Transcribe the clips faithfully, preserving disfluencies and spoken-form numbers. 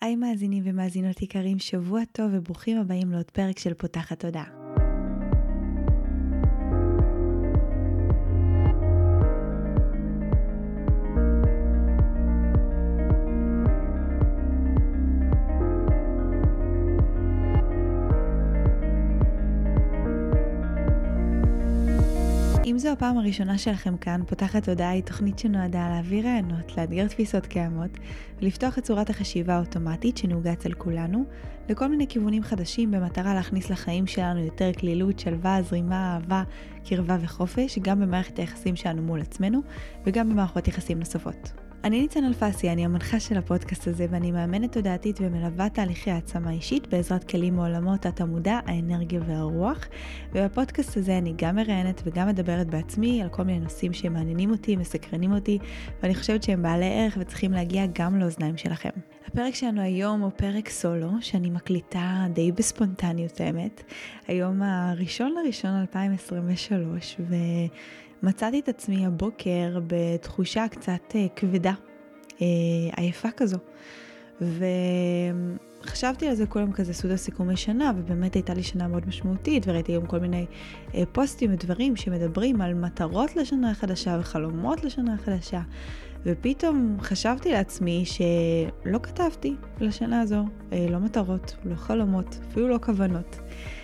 היי מאזינים ומאזינות יקרים, שבוע טוב וברוכים הבאים לעוד פרק של פותחת תודעה. אם זו הפעם הראשונה שלכם כאן, פותחת תודעה היא תוכנית שנועדה להעביר רעיונות, לאתגר תפיסות קיימות ולפתוח את צורת החשיבה האוטומטית שנהוגה אצל כולנו לכל מיני כיוונים חדשים במטרה להכניס לחיים שלנו יותר כלילות, שלווה, זרימה, אהבה, קרבה וחופש, גם במערכת היחסים שלנו מול עצמנו וגם במערכות יחסים נוספות. אני ניצן אלפסי, אני המנחה של הפודקאסט הזה ואני מאמנת תודעתית ומלווה תהליכי העצמה אישית בעזרת כלים מעולמות התמודע, האנרגיה והרוח. ובפודקאסט הזה אני גם מראיינת וגם מדברת בעצמי על כל מיני נושאים שמעניינים אותי, מסקרנים אותי, ואני חושבת שהם בעלי ערך וצריכים להגיע גם לאוזניים שלכם. הפרק שלנו היום הוא פרק סולו שאני מקליטה די בספונטניות האמת. היום הראשון לראשון אלפיים עשרים ושלוש ו... מצאתי את עצמי הבוקר בתחושה קצת כבדה, עייפה כזו. וחשבתי על זה כולם כזה סעודה סיכומי שנה, ובאמת הייתה לי שנה מאוד משמעותית, וראיתי היום כל מיני פוסטים ודברים שמדברים על מטרות לשנה החדשה וחלומות לשנה החדשה. ופתאום חשבתי לעצמי שלא כתבתי לשנה הזו, לא מטרות, לא חלומות, אפילו לא כוונות.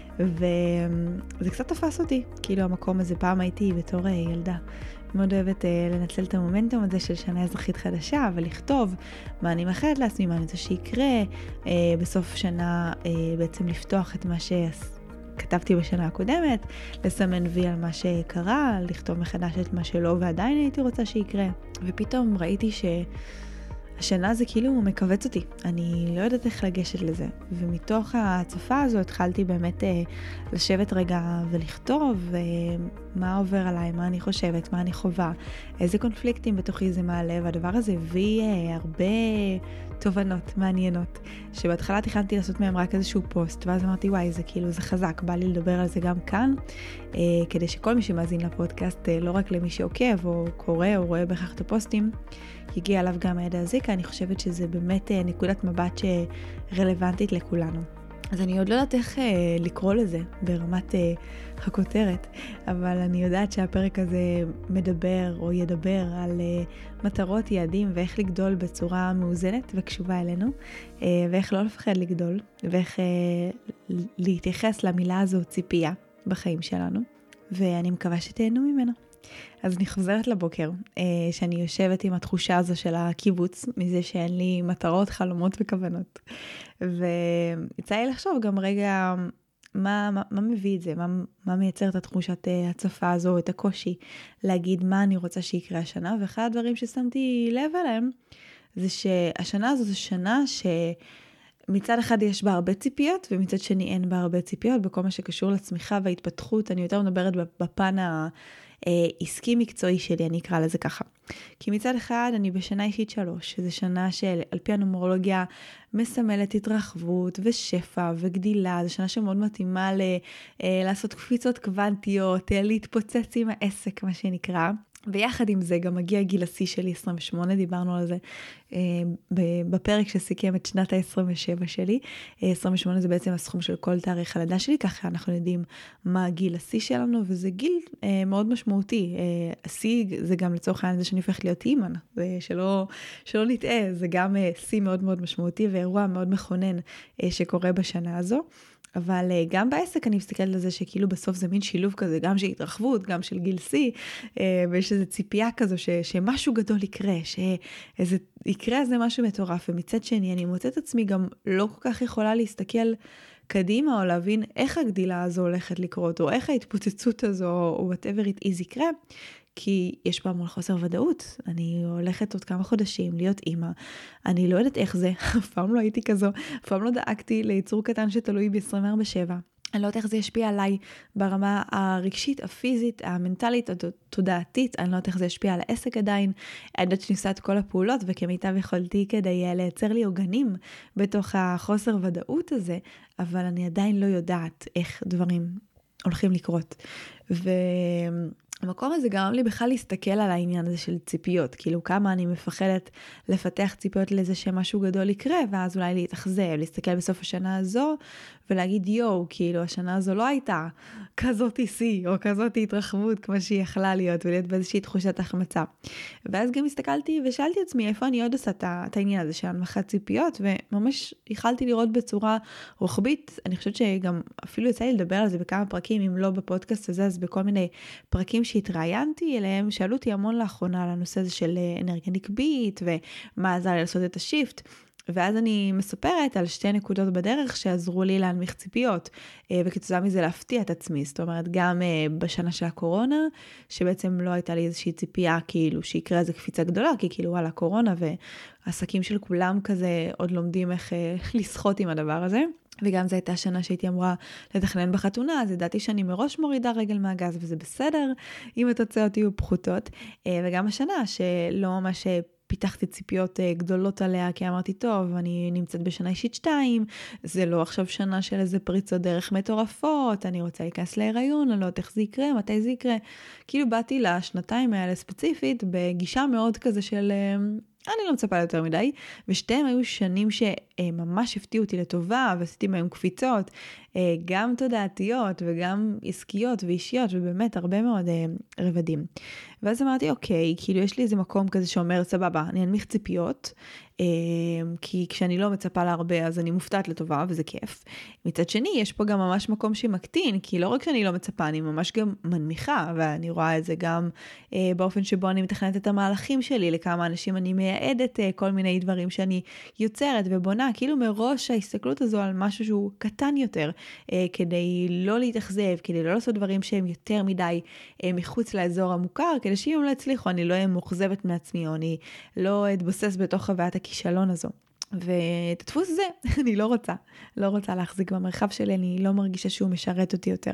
וזה קצת תפס אותי, כאילו המקום הזה פעם הייתי בתור ילדה מאוד אוהבת לנצל את המומנטום הזה של שנה אזרחית חדשה ולכתוב מה אני מאחלת לעצמי, מה אני רוצה שיקרה בסוף שנה, בעצם לפתוח את מה שכתבתי בשנה הקודמת, לסמן וי על מה שקרה, לכתוב מחדש את מה שלא ועדיין הייתי רוצה שיקרה. ופתאום ראיתי ש השנה זה כאילו מקווץ אותי, אני לא יודעת איך לגשת לזה, ומתוך הצפה הזו התחלתי באמת אה, לשבת רגע ולכתוב אה, מה עובר עליי, מה אני חושבת, מה אני חובה, איזה קונפליקטים בתוכי זה מעלה, והדבר הזה הביא אה, הרבה תובנות מעניינות, שבהתחלה תכנתי לעשות מהם רק איזשהו פוסט, ואז אמרתי וואי זה כאילו זה חזק, בא לי לדבר על זה גם כאן, אה, כדי שכל מי שמאזין לפודקאסט, אה, לא רק למי שעוקב או קורא או רואה בכך את הפוסטים, הגיע עליו גם הידע הזה, כי אני חושבת שזה באמת נקודת מבט שרלוונטית לכולנו. אז אני עוד לא יודעת איך לקרוא לזה ברמת הכותרת, אבל אני יודעת שהפרק הזה מדבר או ידבר על מטרות, יעדים ואיך לגדול בצורה מאוזנת וקשובה אלינו, ואיך לא לפחד לגדול, ואיך להתייחס למילה הזו ציפייה בחיים שלנו, ואני מקווה שתהנו ממנו. אז אני חוזרת לבוקר, שאני יושבת עם התחושה הזו של הקיבוץ, מזה שאין לי מטרות, חלומות וכוונות. ויצא לי לחשוב גם רגע, מה, מה, מה מביא את זה? מה, מה מייצר את התחושת הצפה הזו, את הקושי, להגיד מה אני רוצה שיקרה השנה. ואחד הדברים ששמתי לב אליהם, זה שהשנה הזו זו שנה ש... מצד אחד יש בה הרבה ציפיות, ומצד שני אין בה הרבה ציפיות, בכל מה שקשור לצמיחה וההתפתחות, אני יותר מדברת בפן העסקי מקצועי שלי, אני אקרא לזה ככה. כי מצד אחד אני בשנה אישית שלוש, שזו שנה של, על פי הנומרולוגיה, מסמלת התרחבות ושפע וגדילה, זו שנה שמאוד מתאימה ל, לעשות קפיצות קוונטיות, להתפוצץ עם העסק, מה שנקרא. ויחד עם זה גם מגיע גיל השיא שלי עשרים ושמונה, דיברנו על זה אה, בפרק שסיכם את שנת ה-עשרים ושבע שלי. אה, עשרים ושמונה זה בעצם הסכום של כל תאריך הלידה שלי, ככה אנחנו יודעים מה גיל השיא שלנו, וזה גיל אה, מאוד משמעותי. אה, השיא זה גם לצורך העניין זה שאני הופכת להיות אימא, שלא, שלא נטעה, זה גם אה, שיא מאוד מאוד משמעותי ואירוע מאוד מכונן אה, שקורה בשנה הזו. אבל גם בעסק אני מסתכלת על זה שכאילו בסוף זה מין שילוב כזה, גם של התרחבות, גם של גיל שיא, ויש איזו ציפייה כזו ש, שמשהו גדול יקרה, שאיזה יקרה זה משהו מטורף, ומצד שני אני מוצאת עצמי גם לא כל כך יכולה להסתכל קדימה, או להבין איך הגדילה הזו הולכת לקרות, או איך ההתפוצצות הזו, או whatever it is יקרה, כי יש בה מול חוסר ודאות. אני הולכת עוד כמה חודשים להיות אימא, אני לא יודעת איך זה, אף פעם לא הייתי כזו, אף פעם לא דאגתי ליצור קטן שתלוי ב-עשרים וארבע שבע. אני לא יודעת איך זה ישפיע עליי ברמה הרגשית, הפיזית, המנטלית, התודעתית, אני לא יודעת איך זה ישפיע על העסק עדיין, אני יודעת שאני עושה את כל הפעולות, וכמיטב יכולתי כדי לייצר לי עוגנים בתוך החוסר ודאות הזה, אבל אני עדיין לא יודעת איך דברים הולכים לקרות. ו... המקום הזה גרם לי בכלל להסתכל על העניין הזה של ציפיות, כאילו כמה אני מפחדת לפתח ציפיות לזה שמשהו גדול יקרה, ואז אולי להתאכזב, להסתכל בסוף השנה הזו, ולהגיד יו, כאילו השנה הזו לא הייתה כזאת שיא, או כזאת התרחבות כמו שהיא יכלה להיות, ולהיות באיזושהי תחושת החמצה. ואז גם הסתכלתי ושאלתי עצמי איפה אני עוד עושה את העניין הזה של הנמכת ציפיות, וממש יכלתי לראות בצורה רוחבית, אני חושבת שגם אפילו יצא לי לדבר על זה בכמה פרקים, אם לא בפודקאסט הזה, אז בכל מיני פרקים שהתראיינתי אליהם, שאלו אותי המון לאחרונה על הנושא הזה של אנרגיה נקבית, ומה עזר לי לעשות את השיפט, ואז אני מספרת על שתי נקודות בדרך שעזרו לי להנמיך ציפיות, וכתוצאה מזה להפתיע את עצמי, זאת אומרת גם בשנה של הקורונה, שבעצם לא הייתה לי איזושהי ציפייה כאילו שיקרה איזו קפיצה גדולה, כי כאילו על הקורונה והעסקים של כולם כזה עוד לומדים איך לשחות עם הדבר הזה, וגם זו הייתה שנה שהייתי אמורה לתכנן בחתונה, אז ידעתי שאני מראש מורידה רגל מהגז, וזה בסדר אם התוצאות יהיו פחותות, וגם השנה שלא ממש פיתחתי ציפיות גדולות עליה, כי אמרתי, טוב, אני נמצאת בשנה אישית שתיים, זה לא עכשיו שנה של איזה פריצות דרך מטורפות, אני רוצה להיכנס להיריון, אני לא יודעת איך זה יקרה, מתי זה יקרה. כאילו באתי לשנתיים האלה ספציפית, בגישה מאוד כזה של אני לא מצפה יותר מדי, ושתיהם היו שנים שממש הפתיעו אותי לטובה, ועשיתי מהם קפיצות, גם תודעתיות וגם עסקיות ואישיות, ובאמת הרבה מאוד רבדים. ואז אמרתי, אוקיי, כאילו יש לי איזה מקום כזה שאומר, סבבה, אני אנמיך ציפיות, כי כשאני לא מצפה להרבה, אז אני מופתעת לטובה, וזה כיף. מצד שני, יש פה גם ממש מקום שמקטין, כי לא רק שאני לא מצפה, אני ממש גם מנמיכה, ואני רואה את זה גם באופן שבו אני מתכננת את המהלכים שלי, לכמה אנשים אני מייעדת כל מיני דברים שאני יוצרת ובונה, כאילו מראש ההסתכלות הזו על משהו שהוא קטן יותר, כדי לא להתאכזב, כדי לא לעשות דברים שהם יותר מדי מחוץ לאזור המוכר, כדי שאם לא הצליחו, אני לא אהיה מוחזבת מעצמי, או אני לא אתבוסס בתוך חוויית הכישלון הזו. ואת הדפוס הזה אני לא רוצה, לא רוצה להחזיק במרחב שלי, אני לא מרגישה שהוא משרת אותי יותר.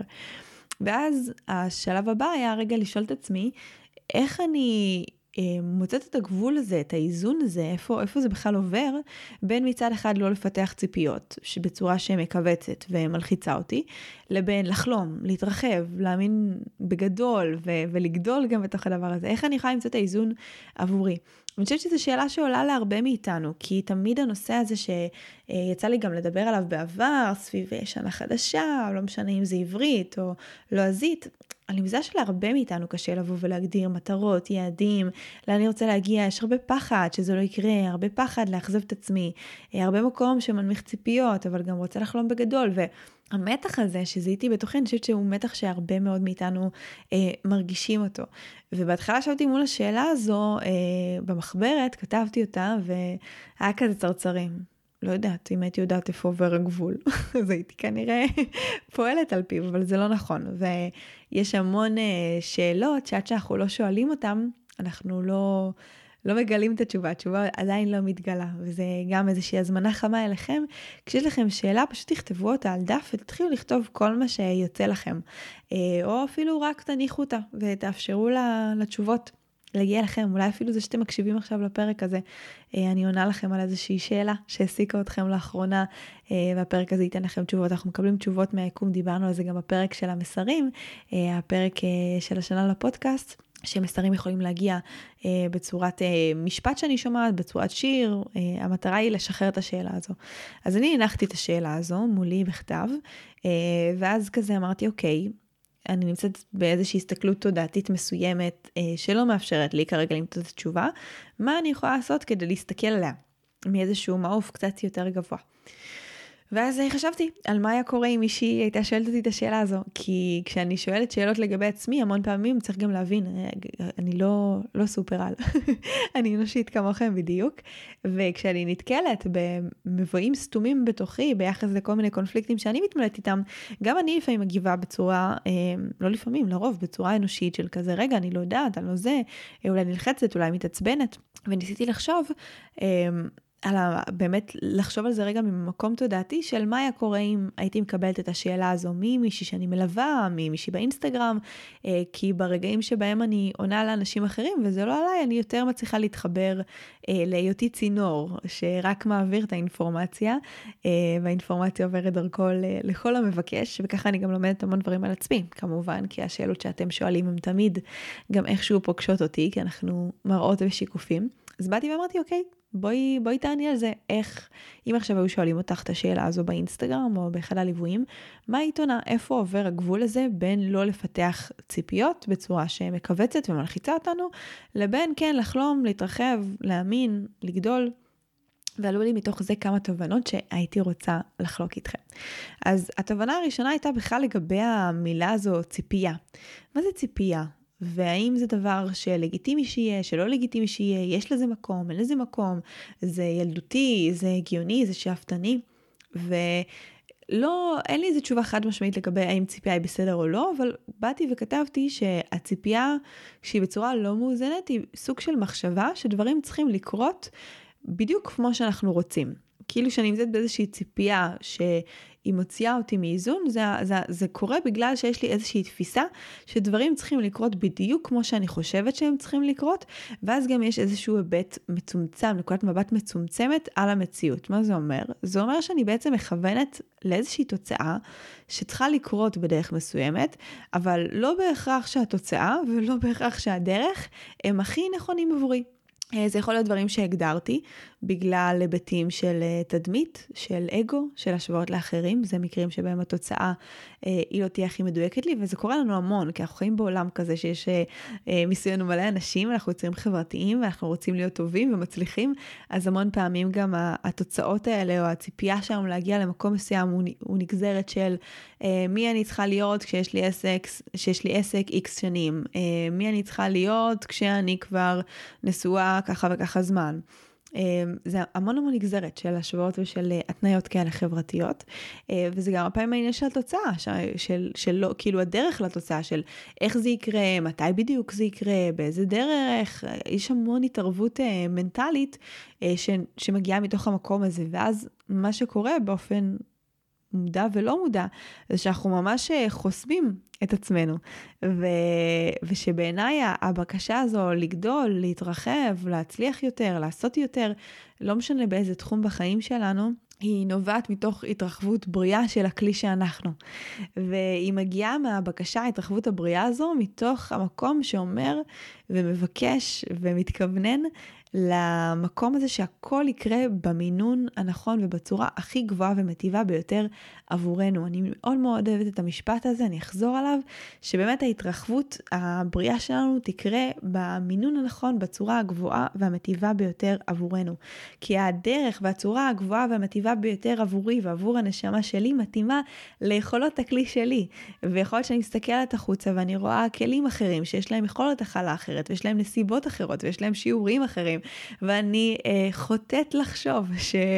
ואז השלב הבא היה רגע לשאול את עצמי, איך אני מוצאת את הגבול הזה, את האיזון הזה, איפה, איפה זה בכלל עובר, בין מצד אחד לא לפתח ציפיות, שבצורה שמקבצת ומלחיצה אותי, לבין לחלום, להתרחב, להאמין בגדול ו- ולגדול גם בתוך הדבר הזה. איך אני יכולה למצוא את האיזון עבורי? אני חושבת שזו שאלה שעולה להרבה מאיתנו, כי תמיד הנושא הזה שיצא לי גם לדבר עליו בעבר, סביב שנה חדשה, לא משנה אם זה עברית או לועזית, אני מזהה שלהרבה מאיתנו קשה לבוא ולהגדיר מטרות, יעדים, לאן אני רוצה להגיע, יש הרבה פחד שזה לא יקרה, הרבה פחד לאכזב את עצמי, הרבה מקום שמנמיך ציפיות, אבל גם רוצה לחלום בגדול, והמתח הזה שזיהיתי בתוכי, אני חושבת שהוא מתח שהרבה מאוד מאיתנו אה, מרגישים אותו. ובהתחלה שבתי מול השאלה הזו, אה, במחברת, כתבתי אותה, והיה כזה צרצרים. לא יודעת, אם הייתי יודעת איפה עובר הגבול, אז הייתי כנראה פועלת על פיו, אבל זה לא נכון. ויש המון שאלות שעד שאנחנו לא שואלים אותם, אנחנו לא, לא מגלים את התשובה, התשובה עדיין לא מתגלה, וזה גם איזושהי הזמנה חמה אליכם. כשיש לכם שאלה, פשוט תכתבו אותה על דף, ותתחילו לכתוב כל מה שיוצא לכם, או אפילו רק תניחו אותה, ותאפשרו לתשובות להגיע לכם, אולי אפילו זה שאתם מקשיבים עכשיו לפרק הזה, אני עונה לכם על איזושהי שאלה שהעסיקה אתכם לאחרונה, והפרק הזה ייתן לכם תשובות, אנחנו מקבלים תשובות מהיקום, דיברנו על זה גם בפרק של המסרים, הפרק של השנה לפודקאסט, שמסרים יכולים להגיע בצורת משפט שאני שומעת, בצורת שיר, המטרה היא לשחרר את השאלה הזו. אז אני הנחתי את השאלה הזו מולי בכתב, ואז כזה אמרתי, אוקיי, אני נמצאת באיזושהי הסתכלות תודעתית מסוימת שלא מאפשרת לי כרגע למצוא את התשובה, מה אני יכולה לעשות כדי להסתכל עליה מאיזשהו מעוף קצת יותר גבוה. ואז חשבתי על מה היה קורה אם מישהי הייתה שואלת אותי את השאלה הזו, כי כשאני שואלת שאלות לגבי עצמי, המון פעמים צריך גם להבין, אני לא, לא סופרל, אני אנושית כמוכם בדיוק, וכשאני נתקלת במבואים סתומים בתוכי, ביחס לכל מיני קונפליקטים שאני מתמלאת איתם, גם אני לפעמים מגיבה בצורה, לא לפעמים, לרוב, בצורה אנושית של כזה, רגע, אני לא יודעת, אני לא זה, אולי נלחצת, אולי מתעצבנת, וניסיתי לחשוב, על ה, באמת לחשוב על זה רגע ממקום תודעתי של מה היה קורה אם הייתי מקבלת את השאלה הזו ממישהי שאני מלווה, ממישהי באינסטגרם, כי ברגעים שבהם אני עונה לאנשים אחרים, וזה לא עליי, אני יותר מצליחה להתחבר להיותי צינור, שרק מעביר את האינפורמציה, והאינפורמציה עוברת דרכו לכל המבקש, וככה אני גם לומדת המון דברים על עצמי, כמובן, כי השאלות שאתם שואלים הם תמיד גם איכשהו פוגשות אותי, כי אנחנו מראות ושיקופים. אז באתי ואמרתי, אוקיי, בואי, בואי תעני על זה, איך, אם עכשיו היו שואלים אותך את השאלה הזו באינסטגרם או באחד הליוויים, מה היית עונה, איפה עובר הגבול הזה בין לא לפתח ציפיות בצורה שמקבצת ומלחיצה אותנו, לבין כן לחלום, להתרחב, להאמין, לגדול, ועלו לי מתוך זה כמה תובנות שהייתי רוצה לחלוק איתכם. אז התובנה הראשונה הייתה בכלל לגבי המילה הזו, ציפייה. מה זה ציפייה? והאם זה דבר שלגיטימי שיהיה, שלא לגיטימי שיהיה, יש לזה מקום, אין לזה מקום, זה ילדותי, זה הגיוני, זה שאפתני, ולא, אין לי איזו תשובה חד משמעית לגבי האם ציפייה היא בסדר או לא, אבל באתי וכתבתי שהציפייה שהיא בצורה לא מאוזנת, היא סוג של מחשבה שדברים צריכים לקרות בדיוק כמו שאנחנו רוצים. כאילו שאני נמצאת באיזושהי ציפייה שהיא מוציאה אותי מאיזון, זה, זה, זה קורה בגלל שיש לי איזושהי תפיסה שדברים צריכים לקרות בדיוק כמו שאני חושבת שהם צריכים לקרות, ואז גם יש איזשהו היבט מצומצם, נקודת מבט מצומצמת על המציאות. מה זה אומר? זה אומר שאני בעצם מכוונת לאיזושהי תוצאה שצריכה לקרות בדרך מסוימת, אבל לא בהכרח שהתוצאה ולא בהכרח שהדרך הם הכי נכונים עבורי. זה יכול להיות דברים שהגדרתי בגלל היבטים של תדמית, של אגו, של השוואות לאחרים. זה מקרים שבהם התוצאה היא לא תהיה הכי מדויקת לי, וזה קורה לנו המון, כי אנחנו חיים בעולם כזה שיש מסוינו מלא אנשים, אנחנו יוצרים חברתיים, ואנחנו רוצים להיות טובים ומצליחים, אז המון פעמים גם התוצאות האלה, או הציפייה שלנו להגיע למקום מסוים, הוא נגזרת של מי אני צריכה להיות כשיש לי עסק, שיש לי עסק איקס שנים, מי אני צריכה להיות כשאני כבר נשואה ככה וככה זמן. זה המון המון נגזרת של השוואות ושל התניות כאלה חברתיות, וזה גם הפעמים העניין של התוצאה, של, של, כאילו הדרך לתוצאה, של איך זה יקרה, מתי בדיוק זה יקרה, באיזה דרך, יש המון התערבות מנטלית ש, שמגיעה מתוך המקום הזה, ואז מה שקורה באופן מודע ולא מודע, זה שאנחנו ממש חוסמים את עצמנו, ו... ושבעיניי הבקשה הזו לגדול, להתרחב, להצליח יותר, לעשות יותר, לא משנה באיזה תחום בחיים שלנו, היא נובעת מתוך התרחבות בריאה של הכלי שאנחנו. והיא מגיעה מהבקשה, התרחבות הבריאה הזו, מתוך המקום שאומר ומבקש ומתכוונן למקום הזה שהכל יקרה במינון הנכון ובצורה הכי גבוהה ומטיבה ביותר עבורנו. אני מאוד מאוד אוהבת את המשפט הזה, אני אחזור עליו, שבאמת ההתרחבות הבריאה שלנו תקרה במינון הנכון, בצורה הגבוהה והמטיבה ביותר עבורנו. כי הדרך והצורה הגבוהה והמטיבה ביותר עבורי ועבור הנשמה שלי מתאימה ליכולות הכלי שלי. ויכול להיות שאני מסתכלת החוצה ואני רואה כלים אחרים שיש להם יכולת הכלה אחרת, ויש להם נסיבות אחרות, ויש להם שיעורים אחרים, ואני אה, חוטאת לחשוב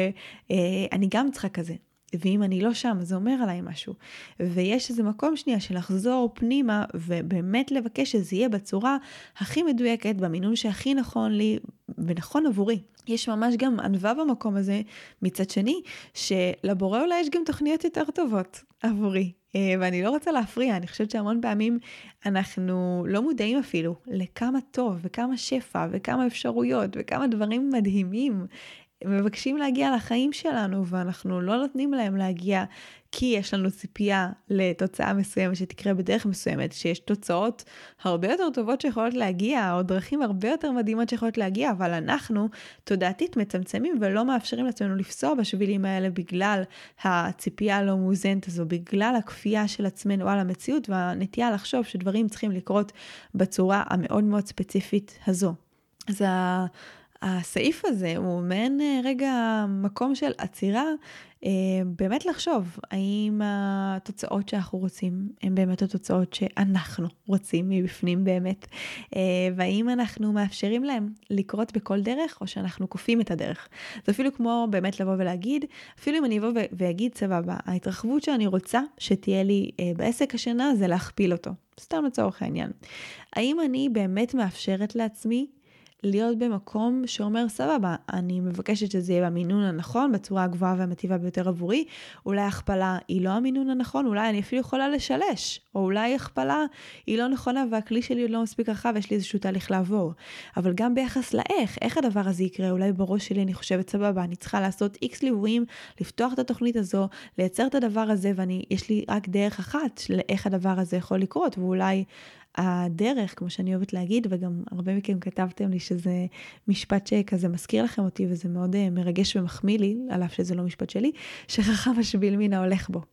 שאני אה, גם צריכה כזה. ואם אני לא שם, זה אומר עליי משהו. ויש איזה מקום שנייה של לחזור פנימה, ובאמת לבקש שזה יהיה בצורה הכי מדויקת, במינון שהכי נכון לי, ונכון עבורי. יש ממש גם ענווה במקום הזה, מצד שני, שלבורא אולי יש גם תוכניות יותר טובות עבורי. ואני לא רוצה להפריע, אני חושבת שהמון פעמים אנחנו לא מודעים אפילו לכמה טוב וכמה שפע וכמה אפשרויות וכמה דברים מדהימים מבקשים להגיע לחיים שלנו, ואנחנו לא נותנים להם להגיע כי יש לנו ציפייה לתוצאה מסוימת שתקרה בדרך מסוימת, שיש תוצאות הרבה יותר טובות שיכולות להגיע, או דרכים הרבה יותר מדהימות שיכולות להגיע, אבל אנחנו תודעתית מצמצמים ולא מאפשרים לעצמנו לפסוע בשבילים האלה בגלל הציפייה הלא מאוזנת הזו, בגלל הכפייה של עצמנו על המציאות, והנטייה לחשוב שדברים צריכים לקרות בצורה המאוד מאוד ספציפית הזו. אז ה... הסעיף הזה הוא מעין רגע מקום של עצירה, באמת לחשוב האם התוצאות שאנחנו רוצים הן באמת התוצאות שאנחנו רוצים מבפנים באמת, והאם אנחנו מאפשרים להם לקרות בכל דרך או שאנחנו כופים את הדרך. זה אפילו כמו באמת לבוא ולהגיד, אפילו אם אני אבוא ואגיד סבבה, ההתרחבות שאני רוצה שתהיה לי בעסק השנה זה להכפיל אותו, סתם לצורך העניין. האם אני באמת מאפשרת לעצמי להיות במקום שאומר, סבבה, אני מבקשת שזה יהיה במינון הנכון, בצורה הגבוהה והמטיבה ביותר עבורי, אולי הכפלה היא לא המינון הנכון, אולי אני אפילו יכולה לשלש, או אולי הכפלה היא לא נכונה, והכלי שלי עוד לא מספיק רחב, ויש לי איזשהו תהליך לעבור. אבל גם ביחס לאיך, איך הדבר הזה יקרה, אולי בראש שלי אני חושבת, סבבה, אני צריכה לעשות איקס ליוויים, לפתוח את התוכנית הזו, לייצר את הדבר הזה, ואני, יש לי רק דרך אחת לאיך הדבר הזה יכול לקרות, ואולי הדרך, כמו שאני אוהבת להגיד, וגם הרבה מכם כתבתם לי שזה משפט שכזה מזכיר לכם אותי, וזה מאוד uh, מרגש ומחמיא לי, על אף שזה לא משפט שלי, שחכם השביל מן ההולך בו.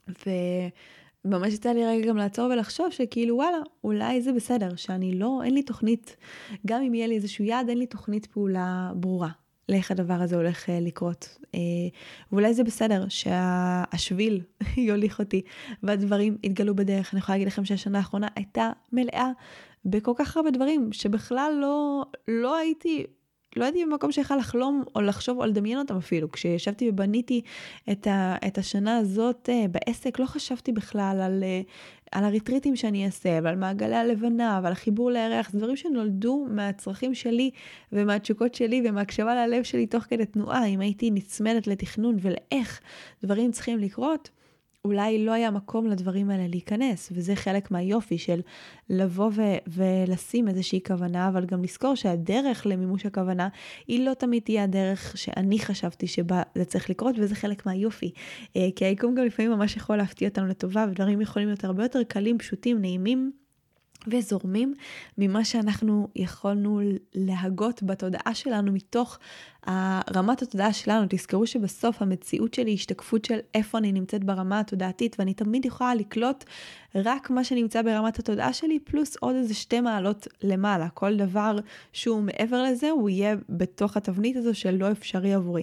וממש יצא לי רגע גם לעצור ולחשוב שכאילו וואלה, אולי זה בסדר, שאני לא, אין לי תוכנית, גם אם יהיה לי איזשהו יעד, אין לי תוכנית פעולה ברורה. לאיך הדבר הזה הולך לקרות. ואולי זה בסדר שהשביל יוליך אותי, והדברים יתגלו בדרך. אני יכולה להגיד לכם שהשנה האחרונה הייתה מלאה בכל כך הרבה דברים, שבכלל לא, לא הייתי, לא הייתי במקום שיכל לחלום או לחשוב או לדמיין אותם אפילו. כשישבתי ובניתי את, ה, את השנה הזאת בעסק, לא חשבתי בכלל על, על הריטריטים שאני אעשה, ועל מעגלי הלבנה, ועל החיבור לירח. זה דברים שנולדו מהצרכים שלי, ומהתשוקות שלי, ומהקשבה ללב שלי תוך כדי תנועה. אם הייתי נצמדת לתכנון ולאיך דברים צריכים לקרות, אולי לא היה מקום לדברים האלה להיכנס, וזה חלק מהיופי של לבוא ו- ולשים איזושהי כוונה, אבל גם לזכור שהדרך למימוש הכוונה, היא לא תמיד תהיה הדרך שאני חשבתי שבה זה צריך לקרות, וזה חלק מהיופי. כי היקום גם לפעמים ממש יכול להפתיע אותנו לטובה, ודברים יכולים להיות הרבה יותר קלים, פשוטים, נעימים, וזורמים ממה שאנחנו יכולנו להגות בתודעה שלנו מתוך רמת התודעה שלנו. תזכרו שבסוף המציאות שלי היא השתקפות של איפה אני נמצאת ברמה התודעתית, ואני תמיד יכולה לקלוט רק מה שנמצא ברמת התודעה שלי, פלוס עוד איזה שתי מעלות למעלה. כל דבר שהוא מעבר לזה, הוא יהיה בתוך התבנית הזו של לא אפשרי עבורי.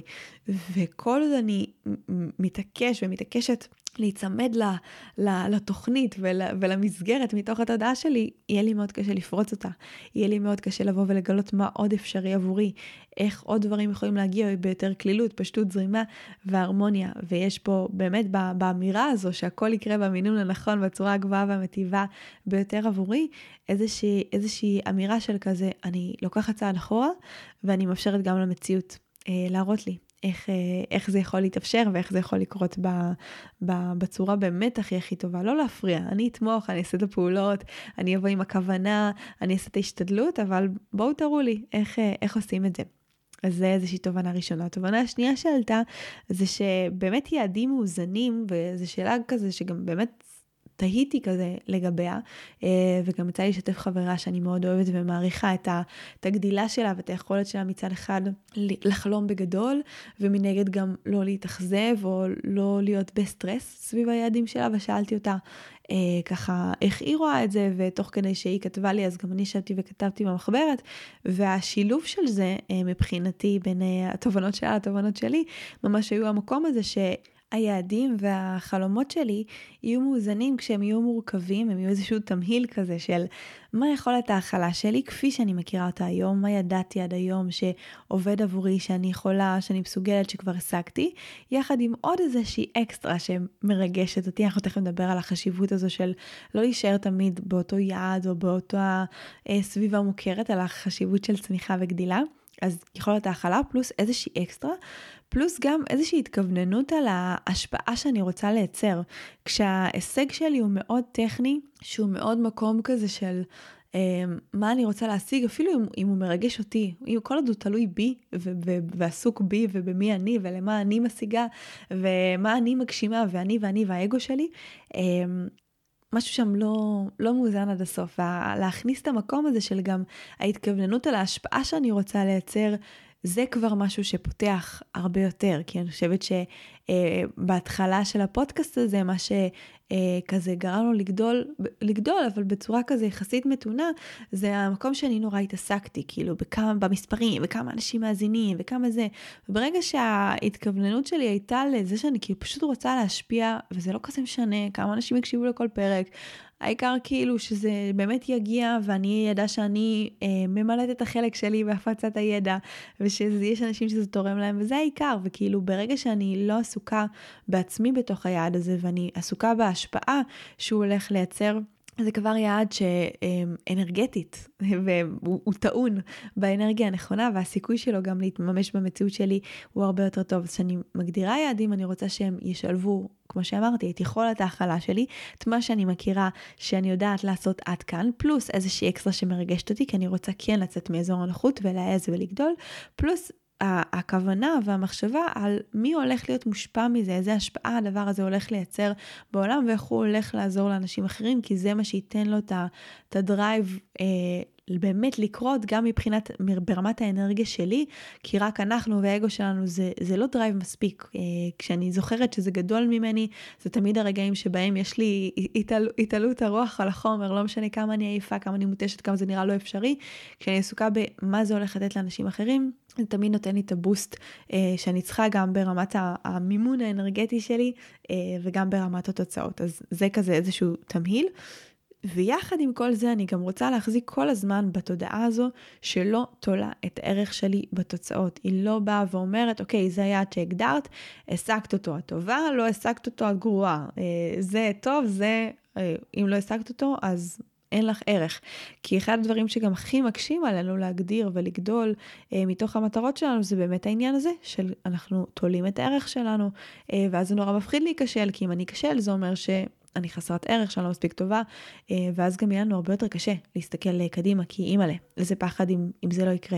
וכל עוד אני מתעקש ומתעקשת להיצמד ל, ל, לתוכנית ול, ולמסגרת מתוך התודעה שלי, יהיה לי מאוד קשה לפרוץ אותה. יהיה לי מאוד קשה לבוא ולגלות מה עוד אפשרי עבורי, איך עוד דברים יכולים להגיע ביותר כלילות, פשטות, זרימה והרמוניה. ויש פה באמת באמירה הזו שהכל יקרה במינון הנכון, בצורה הגבוהה והמטיבה ביותר עבורי, איזושהי, איזושהי אמירה של כזה, אני לוקחת צעד אחורה, ואני מאפשרת גם למציאות אה, להראות לי. איך, איך זה יכול להתאפשר, ואיך זה יכול לקרות ב, ב, בצורה באמת הכי הכי טובה. לא להפריע, אני אתמוך, אני אעשה את הפעולות, אני אבוא עם הכוונה, אני אעשה את ההשתדלות, אבל בואו תראו לי איך, איך עושים את זה. אז זה איזושהי תובנה ראשונה. התובנה השנייה שעלתה, זה שבאמת יעדים מאוזנים, וזו שאלה כזה שגם באמת תהיתי כזה לגביה, וגם יצא לי לשתף חברה שאני מאוד אוהבת ומעריכה את הגדילה שלה ואת היכולת שלה מצד אחד לחלום בגדול, ומנגד גם לא להתאכזב או לא להיות בסטרס סביב היעדים שלה, ושאלתי אותה ככה איך היא רואה את זה, ותוך כדי שהיא כתבה לי, אז גם אני ישבתי וכתבתי במחברת, והשילוב של זה מבחינתי בין התובנות שלה לתובנות שלי, ממש היו המקום הזה ש... היעדים והחלומות שלי יהיו מאוזנים כשהם יהיו מורכבים, הם יהיו איזשהו תמהיל כזה של מה יכולת ההכלה שלי, כפי שאני מכירה אותה היום, מה ידעתי עד היום שעובד עבורי, שאני יכולה, שאני מסוגלת, שכבר השגתי, יחד עם עוד איזושהי אקסטרה שמרגשת אותי. אנחנו תכף נדבר על החשיבות הזו של לא להישאר תמיד באותו יעד או באותה סביבה מוכרת, על החשיבות של צמיחה וגדילה. אז יכולת ההכלה פלוס איזושהי אקסטרה, פלוס גם איזושהי התכווננות על ההשפעה שאני רוצה לייצר. כשההישג שלי הוא מאוד טכני, שהוא מאוד מקום כזה של אה, מה אני רוצה להשיג, אפילו אם, אם הוא מרגש אותי, אם כל עוד הוא תלוי בי ו- ו- ועסוק בי ובמי אני ולמה אני משיגה ומה אני מגשימה ואני ואני והאגו שלי, אה, משהו שם לא, לא מאוזן עד הסוף. להכניס את המקום הזה של גם ההתכווננות על ההשפעה שאני רוצה לייצר, זה כבר משהו שפותח הרבה יותר, כי אני חושבת שבהתחלה של הפודקאסט הזה, מה שכזה גרם לו לגדול, לגדול, אבל בצורה כזה יחסית מתונה, זה המקום שאני נורא התעסקתי, כאילו בכמה, במספרים, וכמה אנשים מאזינים, וכמה זה, וברגע שההתכווננות שלי הייתה לזה שאני כאילו פשוט רוצה להשפיע, וזה לא כזה משנה, כמה אנשים יקשיבו לכל פרק, העיקר כאילו שזה באמת יגיע, ואני ידע שאני אה, ממלאת את החלק שלי בהפצת הידע, ושיש אנשים שזה תורם להם, וזה העיקר. וכאילו ברגע שאני לא עסוקה בעצמי בתוך היעד הזה, ואני עסוקה בהשפעה שהוא הולך לייצר, זה כבר יעד שאנרגטית, והוא טעון באנרגיה הנכונה, והסיכוי שלו גם להתממש במציאות שלי הוא הרבה יותר טוב. אז כשאני מגדירה יעדים, אני רוצה שהם ישלבו, כמו שאמרתי, את יכולת ההכלה שלי, את מה שאני מכירה שאני יודעת לעשות עד כאן, פלוס איזושהי אקסטרה שמרגשת אותי, כי אני רוצה כן לצאת מאזור הנוחות ולהעז ולגדול, פלוס הכוונה והמחשבה על מי הולך להיות מושפע מזה, איזה השפעה הדבר הזה הולך לייצר בעולם, ואיך הוא הולך לעזור לאנשים אחרים, כי זה מה שייתן לו את הדרייב אה, באמת לקרות, גם מבחינת, ברמת האנרגיה שלי, כי רק אנחנו והאגו שלנו, זה, זה לא דרייב מספיק. אה, כשאני זוכרת שזה גדול ממני, זה תמיד הרגעים שבהם יש לי התעל, התעלות הרוח על החומר, לא משנה כמה אני עייפה, כמה אני מוטשת, כמה זה נראה לא אפשרי, כשאני עסוקה במה זה הולך לתת לאנשים אחרים, זה תמיד נותן לי את הבוסט אה, שאני צריכה גם ברמת המימון האנרגטי שלי, אה, וגם ברמת התוצאות. אז זה כזה איזשהו תמהיל. ויחד עם כל זה אני גם רוצה להחזיק כל הזמן בתודעה הזו שלא תולה את הערך שלי בתוצאות. היא לא באה ואומרת, אוקיי, זה היעד שהגדרת, השגת אותו הטובה, לא השגת אותו הגרועה. זה טוב, זה, אם לא השגת אותו, אז אין לך ערך. כי אחד הדברים שגם הכי מקשים עלינו להגדיר ולגדול אה, מתוך המטרות שלנו, זה באמת העניין הזה, של אנחנו תולים את הערך שלנו, אה, ואז זה נורא מפחיד להיכשל, כי אם אני אכשל, זה אומר ש... אני חסרת ערך, שאני לא מספיק טובה, ואז גם יהיה לנו הרבה יותר קשה להסתכל קדימה, כי אימא'לה, איזה פחד אם, אם זה לא יקרה.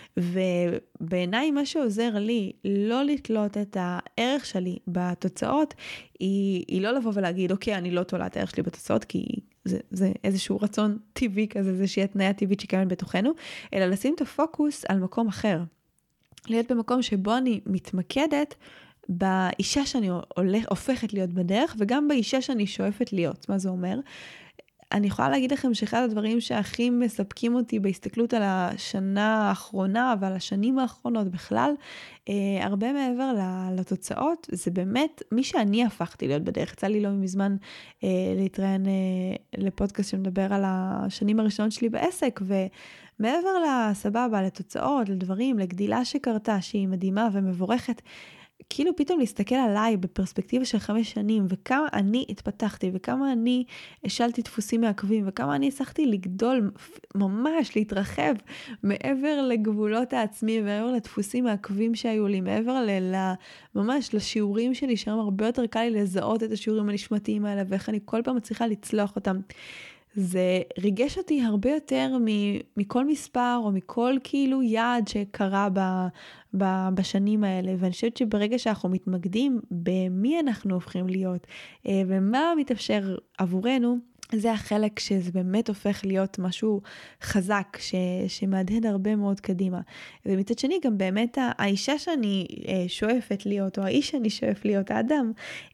ובעיניי מה שעוזר לי לא לתלות את הערך שלי בתוצאות, היא, היא לא לבוא ולהגיד, אוקיי, אני לא תולה את הערך שלי בתוצאות, כי זה, זה איזשהו רצון טבעי כזה, איזושהי התניה טבעית שקיימת בתוכנו, אלא לשים את הפוקוס על מקום אחר. להיות במקום שבו אני מתמקדת, באישה שאני הולך, הופכת להיות בדרך, וגם באישה שאני שואפת להיות. מה זה אומר? אני יכולה להגיד לכם שאחד הדברים שהכי מספקים אותי בהסתכלות על השנה האחרונה, ועל השנים האחרונות בכלל, אה, הרבה מעבר לתוצאות, זה באמת מי שאני הפכתי להיות בדרך. יצא לי לא מזמן אה, להתראיין אה, לפודקאסט שמדבר על השנים הראשונות שלי בעסק, ומעבר לסבבה, לתוצאות, לדברים, לגדילה שקרתה, שהיא מדהימה ומבורכת, כאילו פתאום להסתכל עליי בפרספקטיבה של חמש שנים, וכמה אני התפתחתי, וכמה אני השלתי דפוסים מעכבים, וכמה אני הצלחתי לגדול, ממש להתרחב, מעבר לגבולות העצמי, מעבר לדפוסים מעכבים שהיו לי, מעבר ל- ממש לשיעורים שלי, שהיום הרבה יותר קל לי לזהות את השיעורים הנשמתיים האלה, ואיך אני כל פעם מצליחה לצלוח אותם. זה ריגש אותי הרבה יותר מכל מספר, או מכל כאילו יעד שקרה ב, ב, בשנים האלה, ואני חושבת שברגע שאנחנו מתמקדים במי אנחנו הופכים להיות, ומה מתאפשר עבורנו, זה החלק שזה באמת הופך להיות משהו חזק, ש, שמהדהד הרבה מאוד קדימה. ומצד שני, גם באמת האישה שאני שואפת להיות, או האיש שאני שואף להיות, האדם,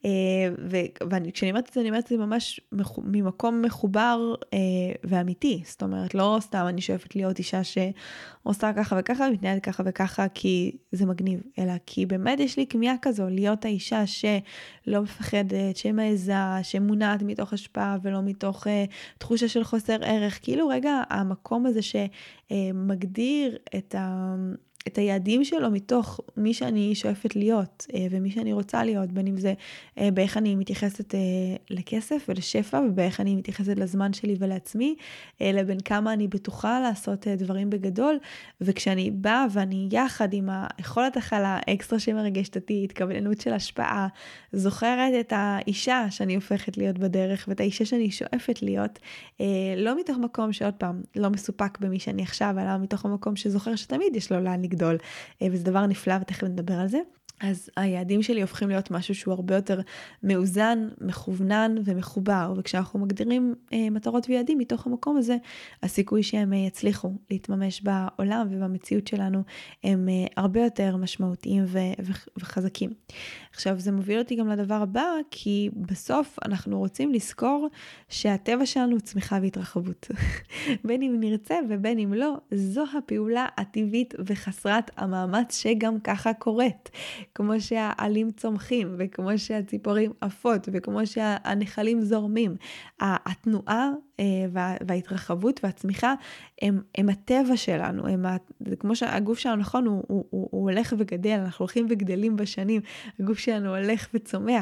וכשאני אומרת את זה, אני אומרת את זה ממש ממקום מחובר ואמיתי. זאת אומרת, לא סתם אני שואפת להיות אישה שעושה ככה וככה, מתנהלת ככה וככה, כי זה מגניב, אלא כי באמת יש לי כמיהה כזו, להיות האישה שלא מפחדת, שמעזה, שמונעת מתוך השפעה ולא מתוך תוך תחושה של חוסר ערך, כאילו רגע המקום הזה שמגדיר את ה... את היעדים שלו מתוך מי שאני שואפת להיות ומי שאני רוצה להיות, בין אם זה באיך אני מתייחסת לכסף ולשפע, ובאיך אני מתייחסת לזמן שלי ולעצמי, לבין כמה אני בטוחה לעשות דברים בגדול, וכשאני באה ואני יחד עם היכולת הכלה אקסטרה שמרגשת אותי, התכווננות של השפעה, זוכרת את האישה שאני הופכת להיות בדרך, ואת האישה שאני שואפת להיות, לא מתוך מקום שעוד פעם לא מסופק במי שאני עכשיו, אלא מתוך המקום שזוכר שתמיד יש לו לאן גדול, וזה דבר נפלא ותכף נדבר על זה. אז היעדים שלי הופכים להיות משהו שהוא הרבה יותר מאוזן, מכוונן ומחובר, וכשאנחנו מגדירים אה, מטרות ויעדים מתוך המקום הזה, הסיכוי שהם אה, יצליחו להתממש בעולם ובמציאות שלנו, הם אה, הרבה יותר משמעותיים ו- ו- וחזקים. עכשיו זה מוביל אותי גם לדבר הבא, כי בסוף אנחנו רוצים לזכור שהטבע שלנו הוא צמיחה והתרחבות. בין אם נרצה ובין אם לא, זו הפעולה הטבעית וחסרת המאמץ שגם ככה קורית. כמו שהעלים צומחים, וכמו שהציפורים עפות, וכמו שהנחלים זורמים. התנועה וההתרחבות והצמיחה הם, הם הטבע שלנו. הם, זה כמו שהגוף שלנו, נכון, הוא, הוא, הוא, הוא הולך וגדל, אנחנו הולכים וגדלים בשנים, הגוף שלנו הולך וצומח.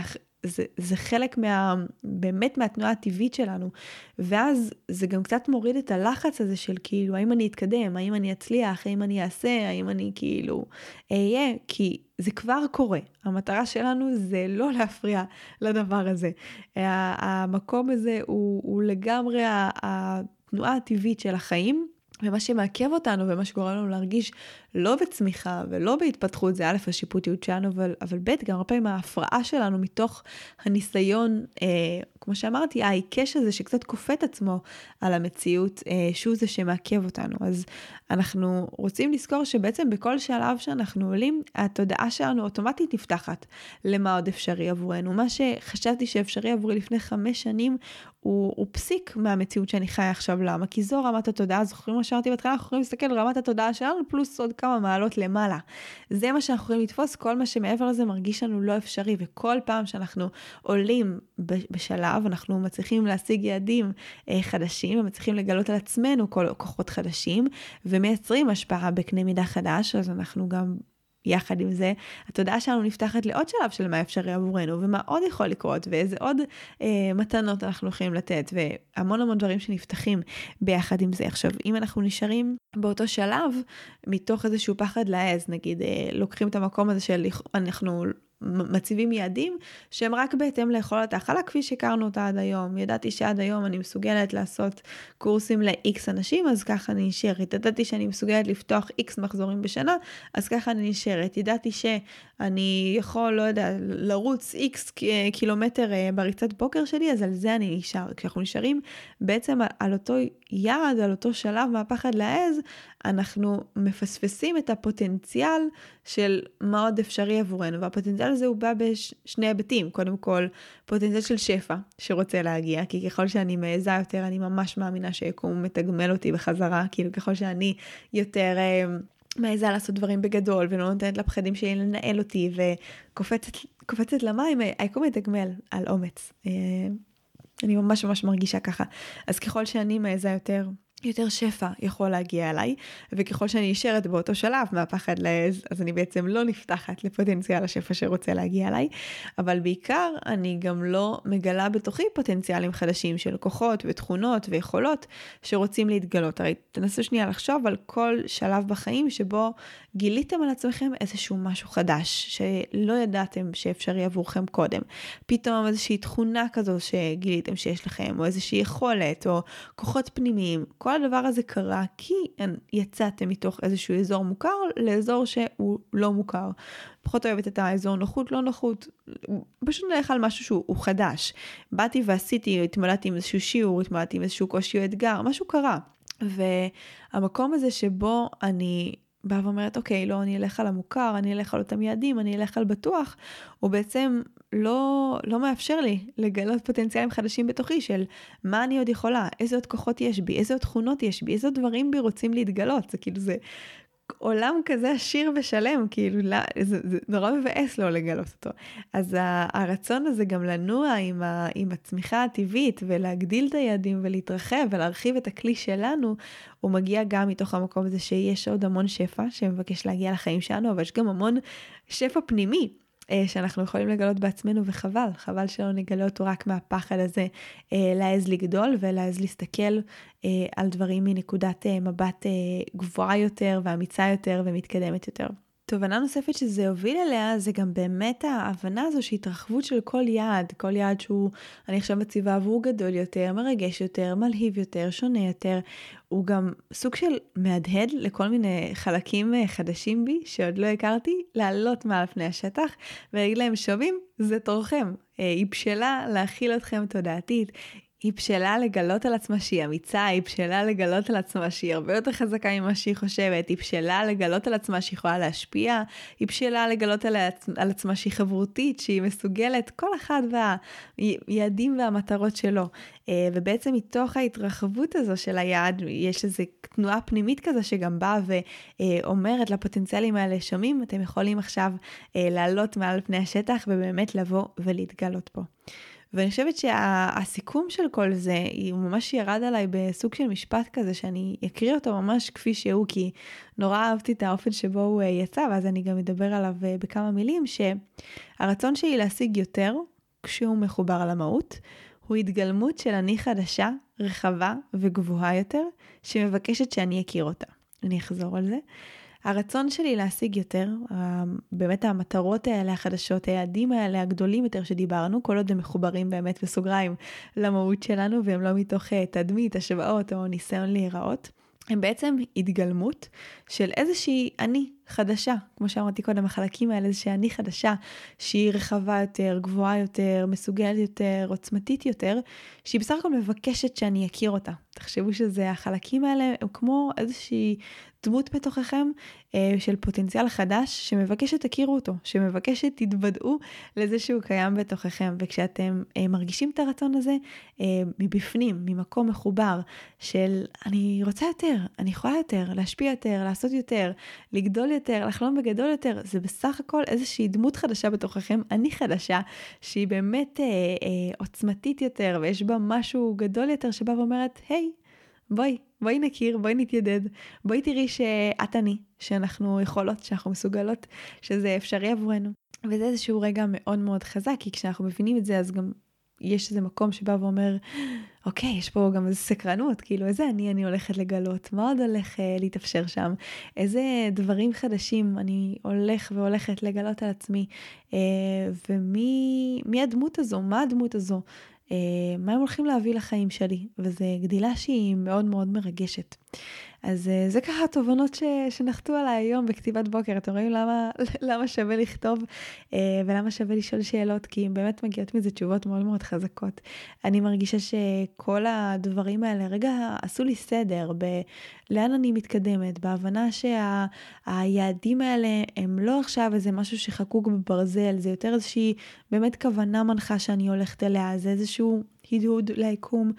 זה, זה חלק מה, באמת מהתנועה הטבעית שלנו, ואז זה גם קצת מוריד את הלחץ הזה של כאילו, האם אני אתקדם, האם אני אצליח, האם אני אעשה, האם אני כאילו אהיה, כי זה כבר קורה. המטרה שלנו זה לא להפריע לדבר הזה. המקום הזה הוא, הוא לגמרי התנועה הטבעית של החיים, ומה שמעכב אותנו ומה שגורם לנו להרגיש לא בצמיחה ולא בהתפתחות, זה א' השיפוטיות שלנו, אבל, אבל ב' גם הרבה פעמים ההפרעה שלנו מתוך הניסיון, אה, כמו שאמרתי, העיקש הזה שקצת כופת עצמו על המציאות, אה, שהוא זה שמעכב אותנו. אז אנחנו רוצים לזכור שבעצם בכל שלב שאנחנו עולים, התודעה שלנו אוטומטית נפתחת למה עוד אפשרי עבורנו. מה שחשבתי שאפשרי עבורי לפני חמש שנים, הוא, הוא פסיק מהמציאות שאני חיה עכשיו. למה? כי זו רמת התודעה, זוכרים מה שאמרתי בהתחלה, אנחנו יכולים להסתכל על רמת התודעה שלנו, פלוס עוד כמה מעלות למעלה. זה מה שאנחנו יכולים לתפוס, כל מה שמעבר לזה מרגיש לנו לא אפשרי, וכל פעם שאנחנו עולים בשלב, אנחנו מצליחים להשיג יעדים אה, חדשים, ומצליחים לגלות על עצמנו כל כוחות חדשים, ומייצרים השפעה בקנה מידה חדש, אז אנחנו גם יחד עם זה, התודעה שלנו נפתחת לעוד שלב של מה אפשרי עבורנו, ומה עוד יכול לקרות, ואיזה עוד אה, מתנות אנחנו יכולים לתת, והמון המון דברים שנפתחים ביחד עם זה. עכשיו, אם אנחנו נשארים באותו שלב, מתוך איזשהו פחד להעז, נגיד, אה, לוקחים את המקום הזה של אנחנו מציבים יעדים שהם רק בהתאם ליכולת ההכלה כפי שהכרנו אותה עד היום. ידעתי שעד היום אני מסוגלת לעשות קורסים ל-X אנשים, אז ככה אני נשארת. ידעתי שאני מסוגלת לפתוח X מחזורים בשנה, אז ככה אני נשארת. ידעתי שאני יכול, לא יודע, לרוץ X קילומטר בריצת בוקר שלי, אז על זה אני נשאר. כשאנחנו נשארים בעצם על אותו יעד, על אותו שלב מהפחד להעז, אנחנו מפספסים את הפוטנציאל של מה עוד אפשרי עבורנו, והפוטנציאל הזה הוא בא בשני היבטים. קודם כל, פוטנציאל של שפע שרוצה להגיע, כי ככל שאני מעיזה יותר, אני ממש מאמינה שיקום מתגמל אותי בחזרה, כאילו ככל שאני יותר מעיזה לעשות דברים בגדול, ולא נותנת לפחדים שלי לנהל אותי, וקופצת למים, היקום מתגמל על אומץ. אני ממש ממש מרגישה ככה. אז ככל שאני מעיזה יותר, יותר שפע יכול להגיע אליי, וככל שאני נשארת באותו שלב מהפחד להעז, אז אני בעצם לא נפתחת לפוטנציאל השפע שרוצה להגיע אליי, אבל בעיקר אני גם לא מגלה בתוכי פוטנציאלים חדשים של כוחות ותכונות ויכולות שרוצים להתגלות. הרי תנסו שנייה לחשוב על כל שלב בחיים שבו גיליתם על עצמכם איזשהו משהו חדש שלא ידעתם שאפשרי עבורכם קודם. פתאום איזושהי תכונה כזו שגיליתם שיש לכם, או איזושהי יכולת, או כוחות פנימיים. כל הדבר הזה קרה כי יצאתם מתוך איזשהו אזור מוכר לאזור שהוא לא מוכר. פחות אוהבת את האזור נוחות, לא נוחות, פשוט נלך על משהו שהוא חדש. באתי ועשיתי, התמודדתי עם איזשהו שיעור, התמודדתי עם איזשהו קושי או אתגר, משהו קרה. והמקום הזה שבו אני באה ואומרת, אוקיי, לא, אני אלך על המוכר, אני אלך על אותם יעדים, אני אלך על בטוח, הוא בעצם לא, לא מאפשר לי לגלות פוטנציאלים חדשים בתוכי של מה אני עוד יכולה, איזה עוד כוחות יש בי, איזה עוד תכונות יש בי, איזה עוד דברים בי רוצים להתגלות. זה כאילו, זה עולם כזה עשיר ושלם, כאילו, לא, זה, זה נורא מבאס לא לגלות אותו. אז הרצון הזה גם לנוע עם, ה, עם הצמיחה הטבעית, ולהגדיל את היעדים ולהתרחב ולהרחיב את הכלי שלנו, הוא מגיע גם מתוך המקום הזה שיש עוד המון שפע שמבקש להגיע לחיים שלנו, אבל יש גם המון שפע פנימי, שאנחנו יכולים לגלות בעצמנו, וחבל, חבל שלא נגלה אותו רק מהפחד הזה, להעז לגדול ולהעז להסתכל על דברים מנקודת מבט גבוהה יותר ואמיצה יותר ומתקדמת יותר. תובנה נוספת שזה הוביל אליה, זה גם באמת ההבנה הזו שהתרחבות של כל יעד, כל יעד שהוא, אני עכשיו מציבה עבור גדול יותר, מרגש יותר, מלהיב יותר, שונה יותר, הוא גם סוג של מהדהד לכל מיני חלקים חדשים בי, שעוד לא הכרתי, לעלות מעל פני השטח, ולהגיד להם, שומעים, זה תורכם. היא בשלה להכיל אתכם תודעתית, היא בשלה לגלות על עצמה שהיא אמיצה, היא בשלה לגלות על עצמה שהיא הרבה יותר חזקה ממה שהיא חושבת, היא בשלה לגלות על עצמה שהיא יכולה להשפיע, היא בשלה לגלות על, עצ... על עצמה שהיא חברותית, שהיא מסוגלת, כל אחד והיעדים והמטרות שלו. ובעצם מתוך ההתרחבות הזו של היעד, יש איזו תנועה פנימית כזו שגם באה ואומרת לפוטנציאלים האלה, שומעים, אתם יכולים עכשיו לעלות מעל פני השטח ובאמת לבוא ולהתגלות פה. ואני חושבת שהסיכום של כל זה, הוא ממש ירד עליי בסוג של משפט כזה, שאני אקריא אותו ממש כפי שהוא, כי נורא אהבתי את האופן שבו הוא יצא, ואז אני גם אדבר עליו בכמה מילים, שהרצון שלי להשיג יותר, כשהוא מחובר למהות, הוא התגלמות של אני חדשה, רחבה וגבוהה יותר, שמבקשת שאני אכיר אותה. אני אחזור על זה. הרצון שלי להשיג יותר, באמת המטרות האלה החדשות, היעדים האלה הגדולים יותר שדיברנו, כל עוד הם מחוברים באמת בסוגריים למהות שלנו, והם לא מתוך תדמית, השוואות או ניסיון להיראות, הם בעצם התגלמות של איזושהי אני חדשה, כמו שאמרתי קודם, החלקים האלה, איזושהי אני חדשה, שהיא רחבה יותר, גבוהה יותר, מסוגלת יותר, עוצמתית יותר, שהיא בסך הכל מבקשת שאני אכיר אותה. תחשבו שזה, החלקים האלה הם כמו איזושהי דמות בתוככם אה, של פוטנציאל חדש, שמבקש שתכירו אותו, שמבקש שתתוודעו לזה שהוא קיים בתוככם, וכשאתם אה, מרגישים את הרצון הזה, אה, מבפנים, ממקום מחובר, של אני רוצה יותר, אני יכולה יותר, להשפיע יותר, לעשות יותר, לגדול יותר, לחלום בגדול יותר, זה בסך הכל איזושהי דמות חדשה בתוככם, אני חדשה, שהיא באמת אה, אה, עוצמתית יותר, ויש בה משהו גדול יותר, שבא ואומרת, היי, בואי, בואי נכיר, בואי נתיידד, בואי תראי שאת אני, שאנחנו יכולות, שאנחנו מסוגלות, שזה אפשרי עבורנו. וזה איזשהו רגע מאוד מאוד חזק, כי כשאנחנו מבינים את זה, אז גם יש איזה מקום שבא ואומר, אוקיי, יש פה גם איזו סקרנות, כאילו איזה אני אני הולכת לגלות, מה עוד הולך אה, להתאפשר שם, איזה דברים חדשים אני הולך והולכת לגלות על עצמי, אה, ומי מי הדמות הזו, מה הדמות הזו, אה, מה הם הולכים להביא לחיים שלי, וזו גדילה שהיא מאוד מאוד מרגשת. אז זה ככה התובנות ש, שנחתו עליי היום בכתיבת בוקר. אתם רואים למה, למה שווה לכתוב ולמה שווה לשאול שאלות, כי הם באמת מגיעות מזה תשובות מאוד מאוד חזקות. אני מרגישה שכל הדברים האלה רגע עשו לי סדר לאן אני מתקדמת, בהבנה שהיעדים האלה הם לא עכשיו איזה משהו שחקוק בברזל, זה יותר איזושהי באמת כוונה מנחה שאני הולכת אליה, זה איזשהו הדהוד ליקום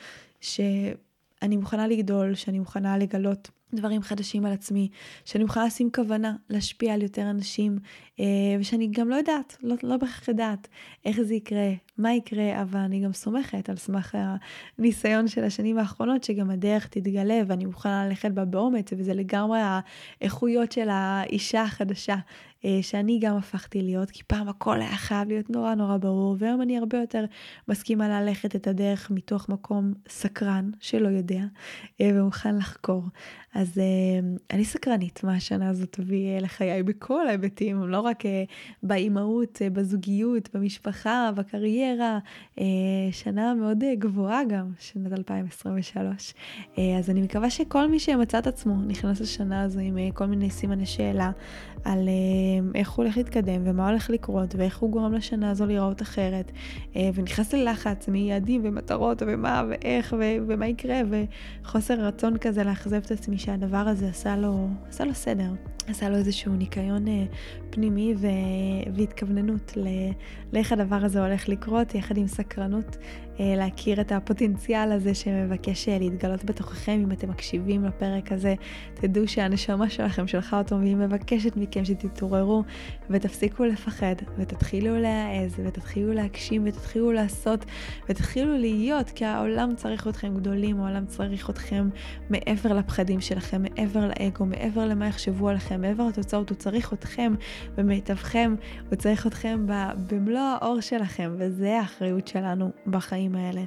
שאני מוכנה לגדול, שאני מוכנה לגלות דברים חדשים על עצמי, שאני מוכנה לשים כוונה להשפיע על יותר אנשים, ושאני גם לא יודעת, לא, לא בכך יודעת איך זה יקרה, מה יקרה, אבל אני גם סומכת על סמך הניסיון של השנים האחרונות, שגם הדרך תתגלה ואני מוכנה ללכת בה באומץ, וזה לגמרי האיכויות של האישה החדשה, שאני גם הפכתי להיות, כי פעם הכל היה חייב להיות נורא נורא ברור, והיום אני הרבה יותר מסכימה ללכת את הדרך מתוך מקום סקרן שלא יודע, ומוכן לחקור. אז אני סקרנית מה השנה הזאת תביא לחיי בכל ההיבטים, לא רק באימהות, בזוגיות, במשפחה, בקריירה, שנה מאוד גבוהה גם, שנת אלפיים עשרים ושלוש. אז אני מקווה שכל מי שמצא את עצמו נכנס לשנה הזו עם כל מיני סימני שאלה על איך הוא הולך להתקדם ומה הולך לקרות ואיך הוא גורם לשנה הזו לראות אחרת, ונכנס ללחץ מיעדים ומטרות ומה ואיך ומה יקרה, וחוסר רצון כזה להחזב את עצמי שהדבר הזה עשה לו, עשה לו סדר, עשה לו איזשהו ניקיון פנימי ו... והתכווננות ל... לאיך הדבר הזה הולך לקרות, יחד עם סקרנות, להכיר את הפוטנציאל הזה שמבקש להתגלות בתוככם. אם אתם מקשיבים לפרק הזה, תדעו שהנשמה שלכם שלחה אותו, והיא מבקשת מכם שתתעוררו ותפסיקו לפחד, ותתחילו להעז, ותתחילו להגשים, ותתחילו לעשות, ותתחילו להיות, כי העולם צריך אתכם גדולים, העולם צריך אתכם מעבר לפחדים שלכם, מעבר לאגו, מעבר למה יחשבו עליכם, מעבר לתוצאות, הוא צריך אתכם במיטבכם, הוא צריך אתכם במלוא האור שלכם, וזה האחריות שלנו בחיים האלה.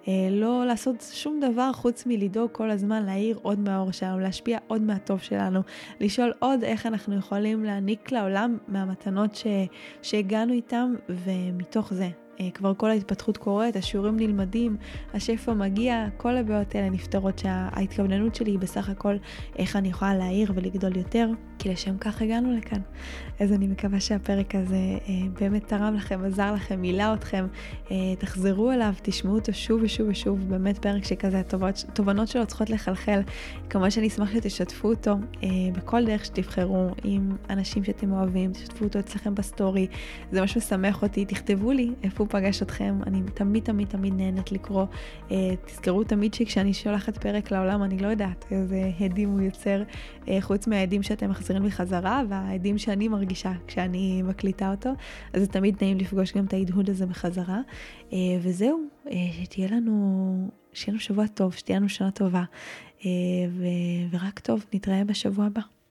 לא לעשות שום דבר חוץ מלדאוג כל הזמן להאיר עוד מהאור שלנו, להשפיע עוד מהטוב שלנו, לשאול עוד איך אנחנו יכולים להעניק לעולם מהמתנות ש... שהגענו איתם, ומתוך זה כבר כל ההתפתחות קורית, השיעורים נלמדים, השפע מגיע, כל הבעיות האלה נפתרות, שההתכווננות שלי היא בסך הכל איך אני יכולה להעיר ולגדול יותר, כי לשם כך הגענו לכאן. אז אני מקווה שהפרק הזה אה, באמת תרם לכם, עזר לכם, מילה אתכם, אה, תחזרו אליו, תשמעו אותו שוב ושוב ושוב, באמת פרק שכזה, התובנות, תובנות שלו צריכות לחלחל. כמובן שאני אשמח שתשתפו אותו אה, בכל דרך שתבחרו, עם אנשים שאתם אוהבים, תשתפו אותו אצלכם בסטורי, זה משהו שמח אותי, תכתבו לי איפה הוא פגש אתכם, אני תמיד תמיד תמיד נהנית לקרוא, אה, תזכרו תמיד שכשאני שולחת פרק לעולם, אני לא יודעת איזה הדים הוא יוצר, אה, חוץ מהעדים שאתם מחזירים לי חזרה, והעדים שאני מרגישה כשאני מקליטה אותו, אז זה תמיד נעים לפגוש גם את ההדהוד הזה בחזרה, אה, וזהו, אה, שתהיה לנו, שיהיה לנו שבוע טוב, שתהיה לנו שנה טובה, אה, ו- ורק טוב, נתראה בשבוע הבא.